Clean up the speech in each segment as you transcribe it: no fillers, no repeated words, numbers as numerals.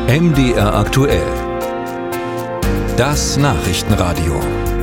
MDR aktuell. Das Nachrichtenradio.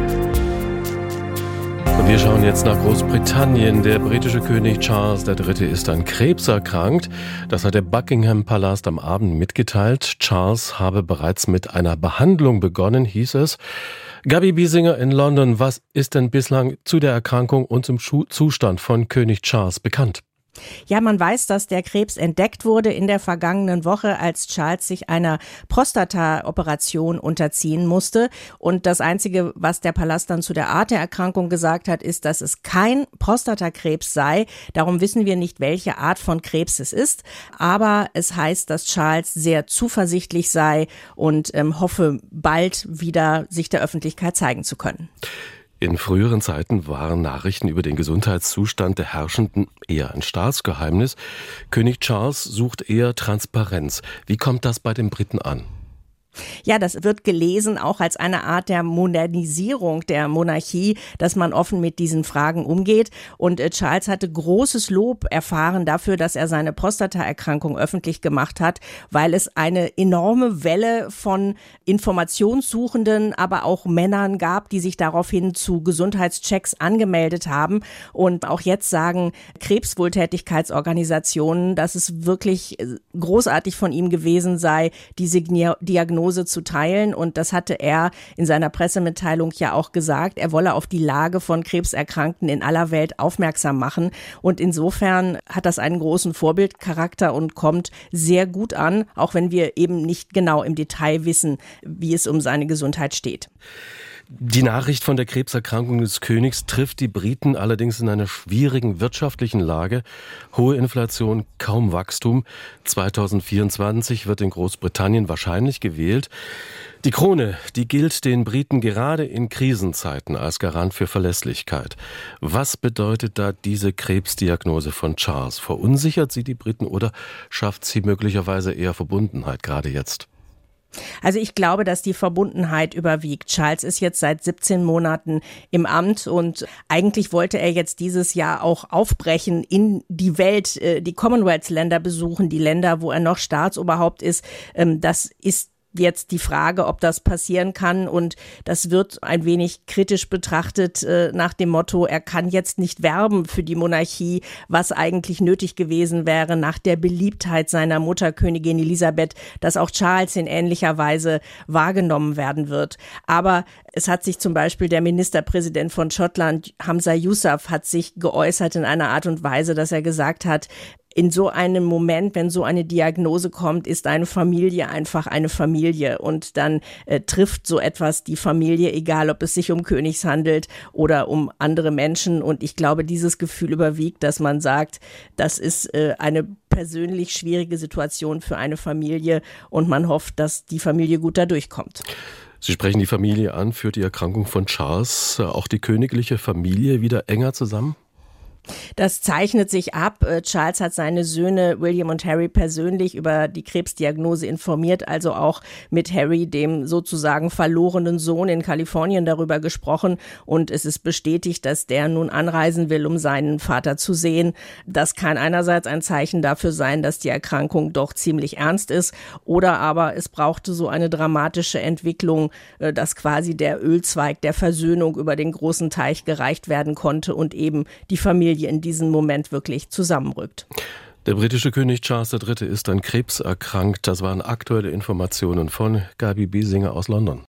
Und wir schauen jetzt nach Großbritannien. Der britische König Charles III. Ist an Krebs erkrankt. Das hat der Buckingham Palast am Abend mitgeteilt. Charles habe bereits mit einer Behandlung begonnen, hieß es. Gabi Biesinger in London, was ist denn bislang zu der Erkrankung und zum Zustand von König Charles bekannt? Ja, man weiß, dass der Krebs entdeckt wurde in der vergangenen Woche, als Charles sich einer Prostata-Operation unterziehen musste. Und das Einzige, was der Palast dann zu der Art der Erkrankung gesagt hat, ist, dass es kein Prostatakrebs sei. Darum wissen wir nicht, welche Art von Krebs es ist. Aber es heißt, dass Charles sehr zuversichtlich sei und hoffe, bald wieder sich der Öffentlichkeit zeigen zu können. In früheren Zeiten waren Nachrichten über den Gesundheitszustand der Herrschenden eher ein Staatsgeheimnis. König Charles sucht eher Transparenz. Wie kommt das bei den Briten an? Ja, das wird gelesen auch als eine Art der Modernisierung der Monarchie, dass man offen mit diesen Fragen umgeht. Und Charles hatte großes Lob erfahren dafür, dass er seine Prostataerkrankung öffentlich gemacht hat, weil es eine enorme Welle von Informationssuchenden, aber auch Männern gab, die sich daraufhin zu Gesundheitschecks angemeldet haben. Und auch jetzt sagen Krebswohltätigkeitsorganisationen, dass es wirklich großartig von ihm gewesen sei, diese Diagnose zu teilen, und das hatte er in seiner Pressemitteilung ja auch gesagt. Er wolle auf die Lage von Krebserkrankten in aller Welt aufmerksam machen, und insofern hat das einen großen Vorbildcharakter und kommt sehr gut an, auch wenn wir eben nicht genau im Detail wissen, wie es um seine Gesundheit steht. Die Nachricht von der Krebserkrankung des Königs trifft die Briten allerdings in einer schwierigen wirtschaftlichen Lage. Hohe Inflation, kaum Wachstum. 2024 wird in Großbritannien wahrscheinlich gewählt. Die Krone, die gilt den Briten gerade in Krisenzeiten als Garant für Verlässlichkeit. Was bedeutet da diese Krebsdiagnose von Charles? Verunsichert sie die Briten oder schafft sie möglicherweise eher Verbundenheit gerade jetzt? Also ich glaube, dass die Verbundenheit überwiegt. Charles ist jetzt seit 17 Monaten im Amt, und eigentlich wollte er jetzt dieses Jahr auch aufbrechen in die Welt, die Commonwealth-Länder besuchen, die Länder, wo er noch Staatsoberhaupt ist. Das ist jetzt die Frage, ob das passieren kann, und das wird ein wenig kritisch betrachtet nach dem Motto, er kann jetzt nicht werben für die Monarchie, was eigentlich nötig gewesen wäre nach der Beliebtheit seiner Mutter Königin Elisabeth, dass auch Charles in ähnlicher Weise wahrgenommen werden wird. Aber es hat sich zum Beispiel der Ministerpräsident von Schottland, Humza Yousaf, hat sich geäußert in einer Art und Weise, dass er gesagt hat, in so einem Moment, wenn so eine Diagnose kommt, ist eine Familie einfach eine Familie, und dann trifft so etwas die Familie, egal ob es sich um Königs handelt oder um andere Menschen. Und ich glaube, dieses Gefühl überwiegt, dass man sagt, das ist eine persönlich schwierige Situation für eine Familie, und man hofft, dass die Familie gut da durchkommt. Sie sprechen die Familie an. Führt die Erkrankung von Charles auch die königliche Familie wieder enger zusammen? Das zeichnet sich ab. Charles hat seine Söhne William und Harry persönlich über die Krebsdiagnose informiert, also auch mit Harry, dem sozusagen verlorenen Sohn in Kalifornien, darüber gesprochen. Und es ist bestätigt, dass der nun anreisen will, um seinen Vater zu sehen. Das kann einerseits ein Zeichen dafür sein, dass die Erkrankung doch ziemlich ernst ist, oder aber es brauchte so eine dramatische Entwicklung, dass quasi der Ölzweig der Versöhnung über den großen Teich gereicht werden konnte und eben die Familie in diesem Moment wirklich zusammenrückt. Der britische König Charles III. Ist an Krebs erkrankt. Das waren aktuelle Informationen von Gabi Biesinger aus London.